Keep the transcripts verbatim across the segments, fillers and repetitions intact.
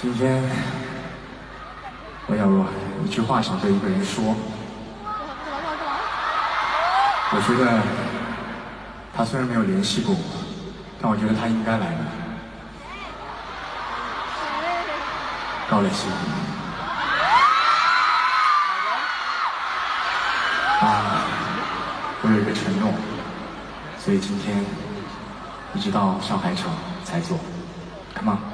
今天我有一句话想对一个人说。我觉得他虽然没有联系过我，但我觉得他应该来的。高磊鑫。啊，我有一个承诺，所以今天一直到上海场才做。Come on。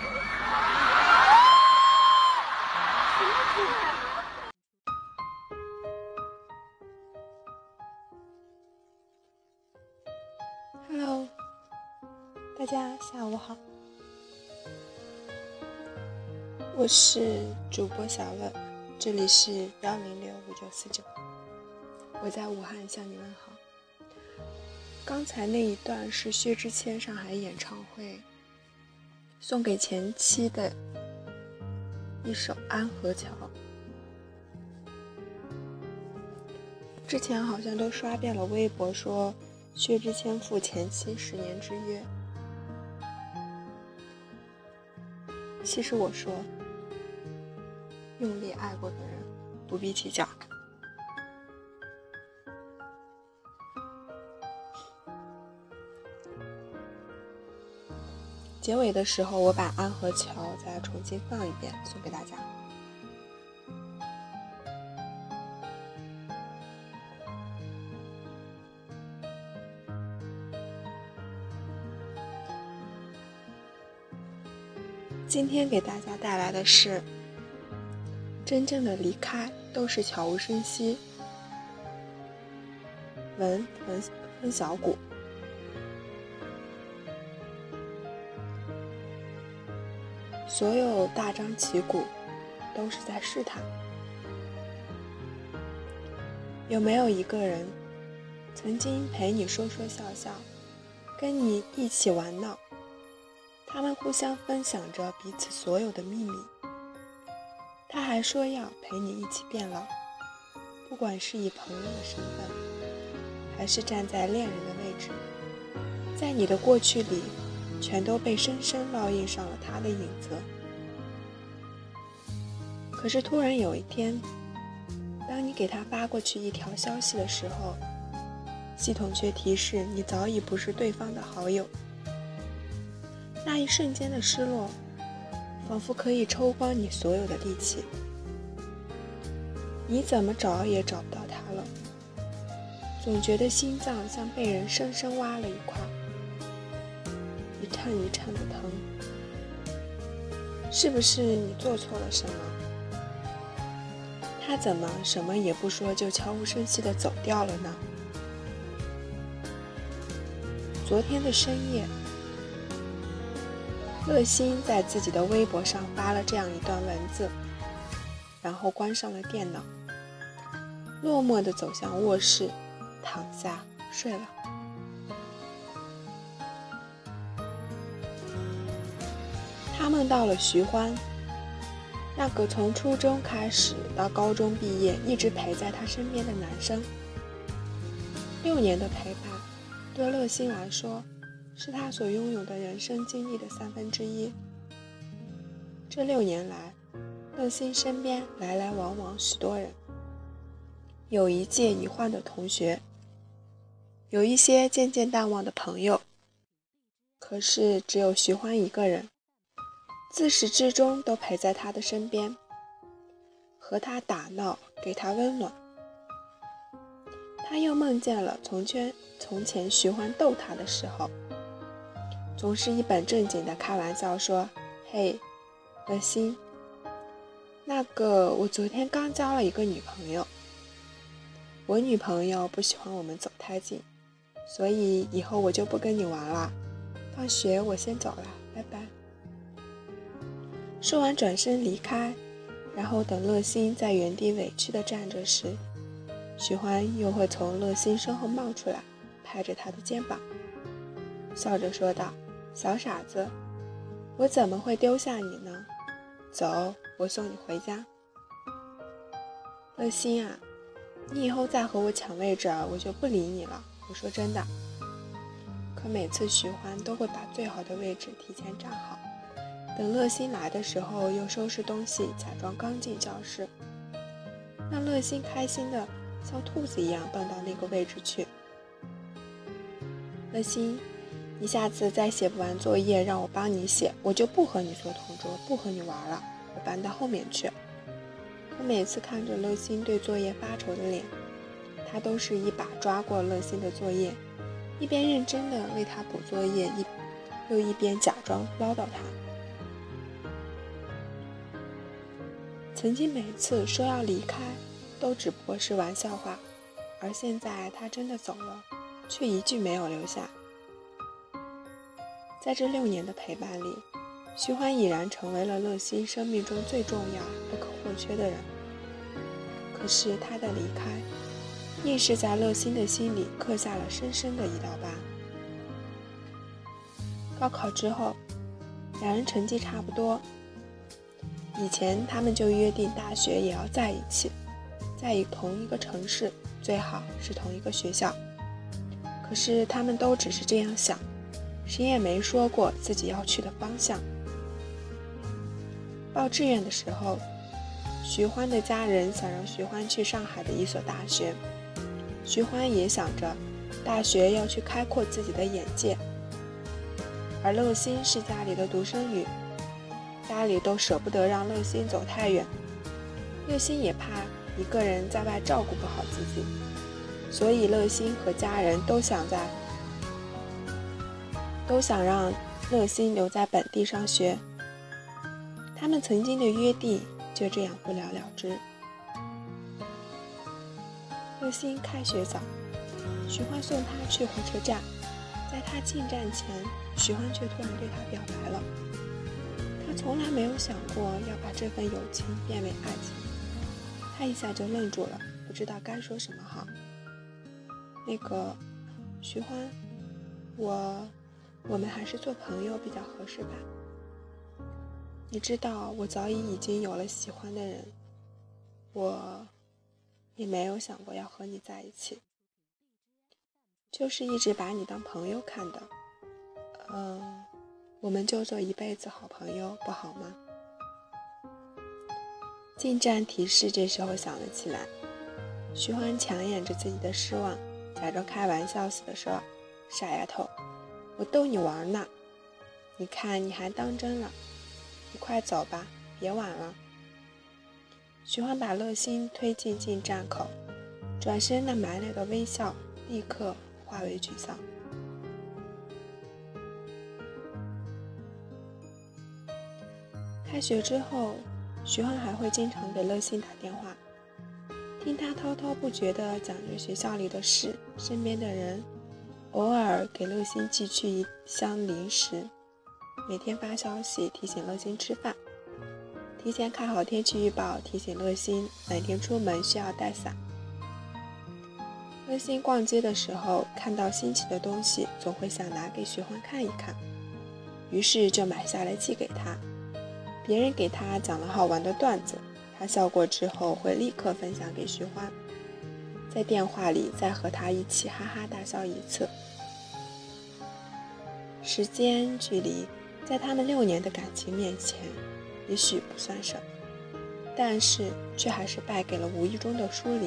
Hello， 大家下午好，我是主播小乐，这里是幺零六五九四九，我在武汉向你问好。刚才那一段是薛之谦上海演唱会送给前妻的一首《安河桥》，之前好像都刷遍了微博说薛之谦赴前妻十年之约。其实我说，用力爱过的人不必计较。结尾的时候我把安河桥再重新放一遍送给大家。今天给大家带来的是真正的离开都是悄无声息，文分分小谷。所有大张旗鼓都是在试探，有没有一个人曾经陪你说说笑笑，跟你一起玩闹，他们互相分享着彼此所有的秘密，他还说要陪你一起变老，不管是以朋友的身份，还是站在恋人的位置，在你的过去里全都被深深烙印上了他的影子。可是突然有一天，当你给他发过去一条消息的时候，系统却提示你早已不是对方的好友。那一瞬间的失落，仿佛可以抽光你所有的力气，你怎么找也找不到他了，总觉得心脏像被人深深挖了一块，一颤一颤的疼。是不是你做错了什么？他怎么什么也不说就悄无声息地走掉了呢？昨天的深夜，乐心在自己的微博上发了这样一段文字，然后关上了电脑，落寞地走向卧室，躺下睡了。他梦到了徐欢，那个从初中开始到高中毕业一直陪在他身边的男生。六年的陪伴对乐心来说是他所拥有的人生经历的三分之一。这六年来，乐心身边来来往往许多人，有一届已换的同学，有一些渐渐淡忘的朋友，可是只有徐欢一个人，自始至终都陪在他的身边，和他打闹，给他温暖。他又梦见了从前从前徐欢逗他的时候，总是一本正经的开玩笑说：嘿，乐心，那个我昨天刚交了一个女朋友，我女朋友不喜欢我们走太近，所以以后我就不跟你玩了，放学我先走了，拜拜。说完转身离开，然后等乐心在原地委屈地站着时，徐欢又会从乐心身后冒出来，拍着他的肩膀，笑着说道：小傻子，我怎么会丢下你呢？走，我送你回家。乐心啊，你以后再和我抢位置，我就不理你了，我说真的。可每次徐欢都会把最好的位置提前站好， 等乐馨来的时候，又收拾东西，假装刚进教室，让乐馨开心的像兔子一样蹦到那个位置去。乐馨，你下次再写不完作业让我帮你写，我就不和你做同桌，不和你玩了，我搬到后面去。可每次看着乐馨对作业发愁的脸，他都是一把抓过乐馨的作业，一边认真的为他补作业，一又一边假装唠叨他。曾经每次说要离开都只不过是玩笑话，而现在他真的走了，却一句没有留下。在这六年的陪伴里，徐欢已然成为了乐馨生命中最重要不可或缺的人。可是他的离开亦是在乐馨的心里刻下了深深的一道疤。高考之后，两人成绩差不多，以前他们就约定大学也要在一起，在同一个城市，最好是同一个学校。可是他们都只是这样想，谁也没说过自己要去的方向。报志愿的时候，徐欢的家人想让徐欢去上海的一所大学，徐欢也想着大学要去开阔自己的眼界。而乐馨是家里的独生女，家里都舍不得让乐馨走太远，乐馨也怕一个人在外照顾不好自己，所以乐馨和家人都想在都想让乐馨留在本地上学。他们曾经的约定就这样不了了之。乐馨开学早，徐欢送她去火车站，在她进站前，徐欢却突然对她表白了。他从来没有想过要把这份友情变为爱情，他一下就愣住了，不知道该说什么好。那个徐欢，我我们还是做朋友比较合适吧。你知道我早已已经有了喜欢的人，我也没有想过要和你在一起，就是一直把你当朋友看的。嗯，我们就做一辈子好朋友不好吗？进站提示这时候响了起来，徐欢强掩着自己的失望，假装开玩笑似的说：傻丫头，我逗你玩呢，你看你还当真了，你快走吧，别晚了。徐欢把乐馨推进进站口，转身那满脸的微笑立刻化为沮丧。开学之后，徐欢还会经常给乐馨打电话，听他滔滔不绝地讲着学校里的事，身边的人，偶尔给乐馨寄去一箱零食，每天发消息提醒乐馨吃饭，提前看好天气预报，提醒乐馨哪天出门需要带伞。乐馨逛街的时候看到新奇的东西，总会想拿给徐欢看一看，于是就买下来寄给他。别人给他讲了好玩的段子，他笑过之后会立刻分享给徐欢，在电话里再和他一起哈哈大笑一次。时间距离在他们六年的感情面前也许不算什么，但是却还是败给了无意中的疏离。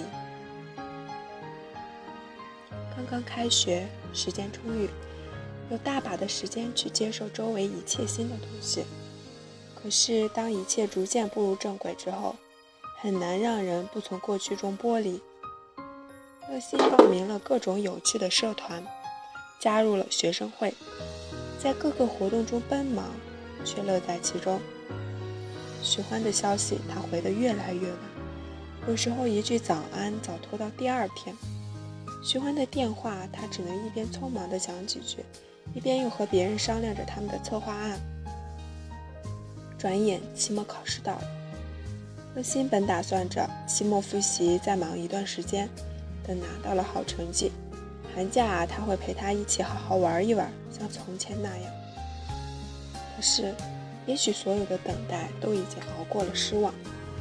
刚刚开学，时间充裕，有大把的时间去接受周围一切新的东西。可是当一切逐渐步入正轨之后，很难让人不从过去中剥离。乐馨报名了各种有趣的社团，加入了学生会，在各个活动中奔忙，却乐在其中。徐欢的消息他回得越来越晚，有时候一句早安早拖到第二天。徐欢的电话他只能一边匆忙地讲几句，一边又和别人商量着他们的策划案。转眼期末考试到了，乐馨本打算着期末复习再忙一段时间，等拿到了好成绩，寒假他会陪他一起好好玩一玩，像从前那样。可是也许所有的等待都已经熬过了失望。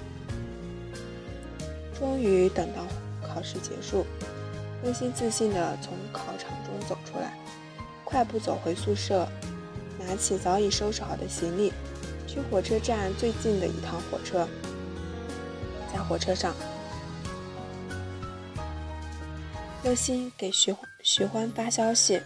终于等到考试结束，乐馨自信地从考场中走出来，快步走回宿舍，拿起早已收拾好的行李， 去火车站最近的一趟火车。在火车上，乐馨给徐徐欢发消息，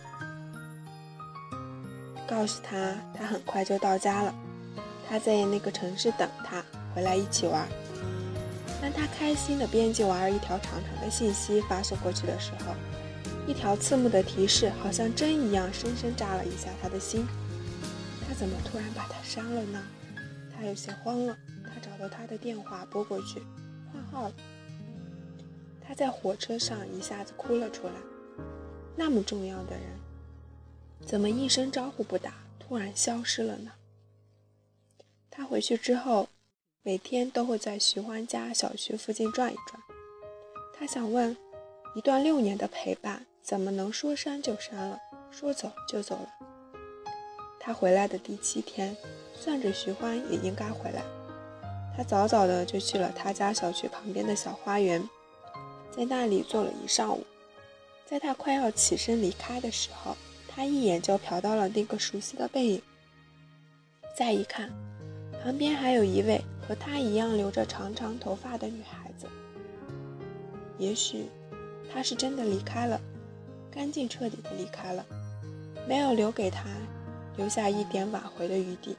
告诉他他很快就到家了，他在那个城市等他，回来一起玩。当他开心地编辑完一条长长的信息发送过去的时候，一条刺目的提示好像针一样深深扎了一下他的心。他怎么突然把它删了呢？他有些慌了，他找到他的电话拨过去，换号了。他在火车上一下子哭了出来。那么重要的人，怎么一声招呼不打，突然消失了呢？他回去之后，每天都会在徐欢家小区附近转一转。他想问，一段六年的陪伴，怎么能说删就删了，说走就走了？他回来的第七天，算着徐欢也应该回来，他早早的就去了他家小区旁边的小花园，在那里坐了一上午。在他快要起身离开的时候，他一眼就瞟到了那个熟悉的背影。再一看，旁边还有一位和他一样留着长长头发的女孩子。也许他是真的离开了，干净彻底的离开了，没有留给他留下一点挽回的余地。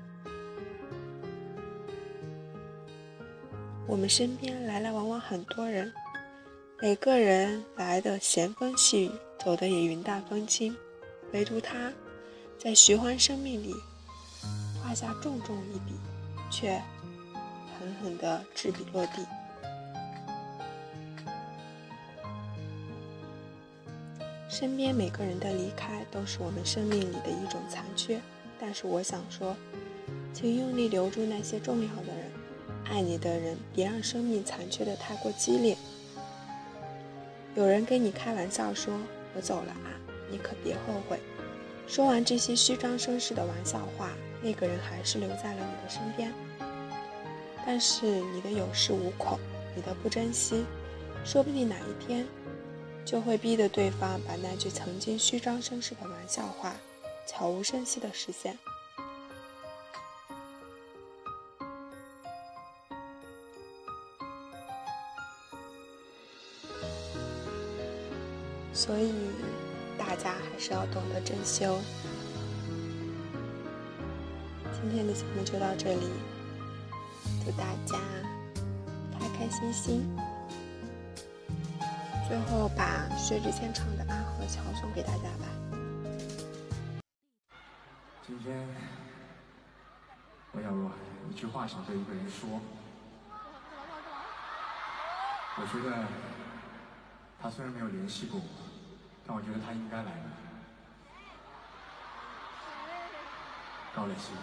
我们身边来来往往很多人，每个人来的咸风细雨，走的也云淡风轻，唯独他在徐欢生命里画下重重一笔，却狠狠地执笔落地。身边每个人的离开都是我们生命里的一种残缺，但是我想说，请用力留住那些重要的人，爱你的人，别让生命残缺的太过激烈。有人跟你开玩笑说，我走了啊，你可别后悔。说完这些虚张声势的玩笑话，那个人还是留在了你的身边。但是你的有恃无恐，你的不珍惜，说不定哪一天就会逼得对方把那句曾经虚张声势的玩笑话悄无声息地实现。所以大家还是要懂得珍惜哦。今天的节目就到这里，祝大家开开心心。最后把薛之谦唱的《安河桥》送给大家吧。 今天我有一句话想对一个人说，我觉得他虽然没有联系过我，但我觉得他应该来的。高磊鑫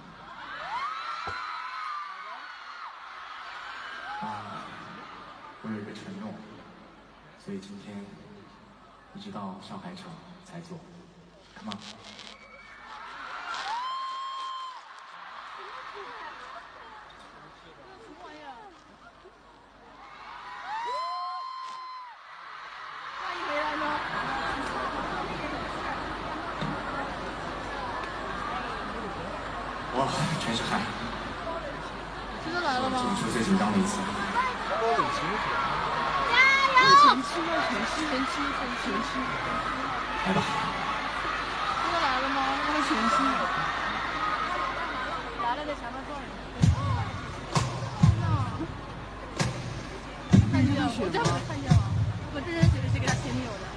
啊，我有一个承诺，所以今天一直到上海场才做。Come on。哇，全是汗！ 真的来了吗？ 演出最紧张的一次。 加油！前期吗？前期，前期，前期。 来吧。 真的来了吗？那个前期。来了，在前面撞人。看见了，我真的看见了，我真人写的是给他前女友的。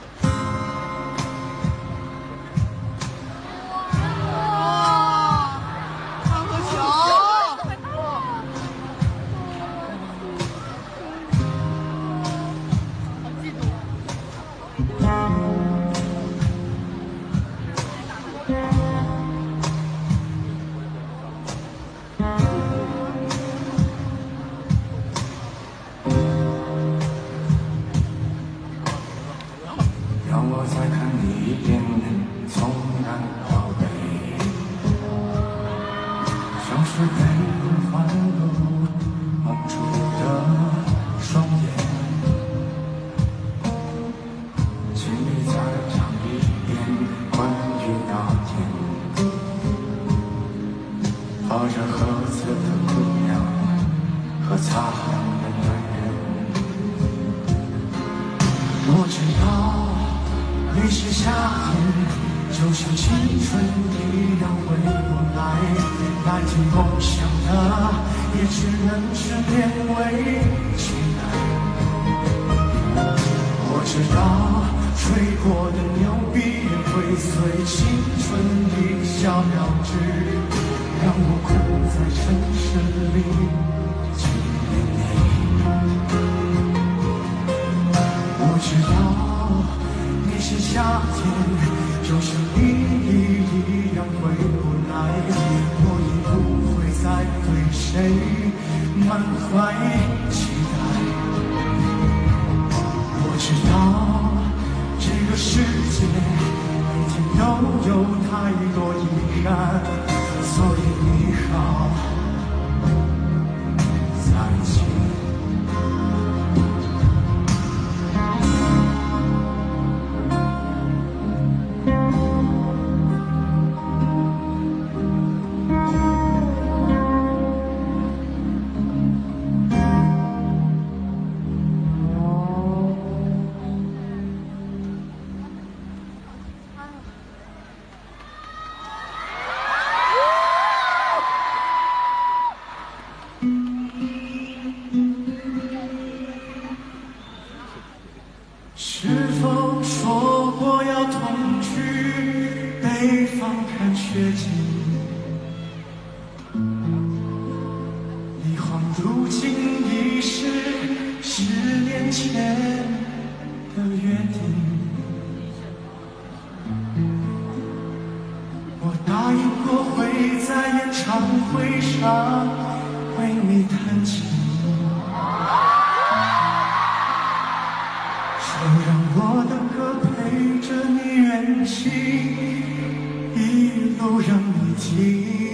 发着褐色的姑娘和擦亮的男人。我知道那些夏天就像青春一样回不来，来听梦想的也只能眷恋为期待。我知道吹过的牛逼也会随青春一笑了之，让我困在城市里纪念你。我知道那些夏天就像你一样回不来，我已不会再对谁满怀期待。我知道这个世界每天都有太多遗憾，所以你好，再见。是否说过要同去北方看雪景？一晃如今已是十年前的约定。我答应过会在演唱会上为你弹琴，就让我的歌陪着你远行，一路让你听。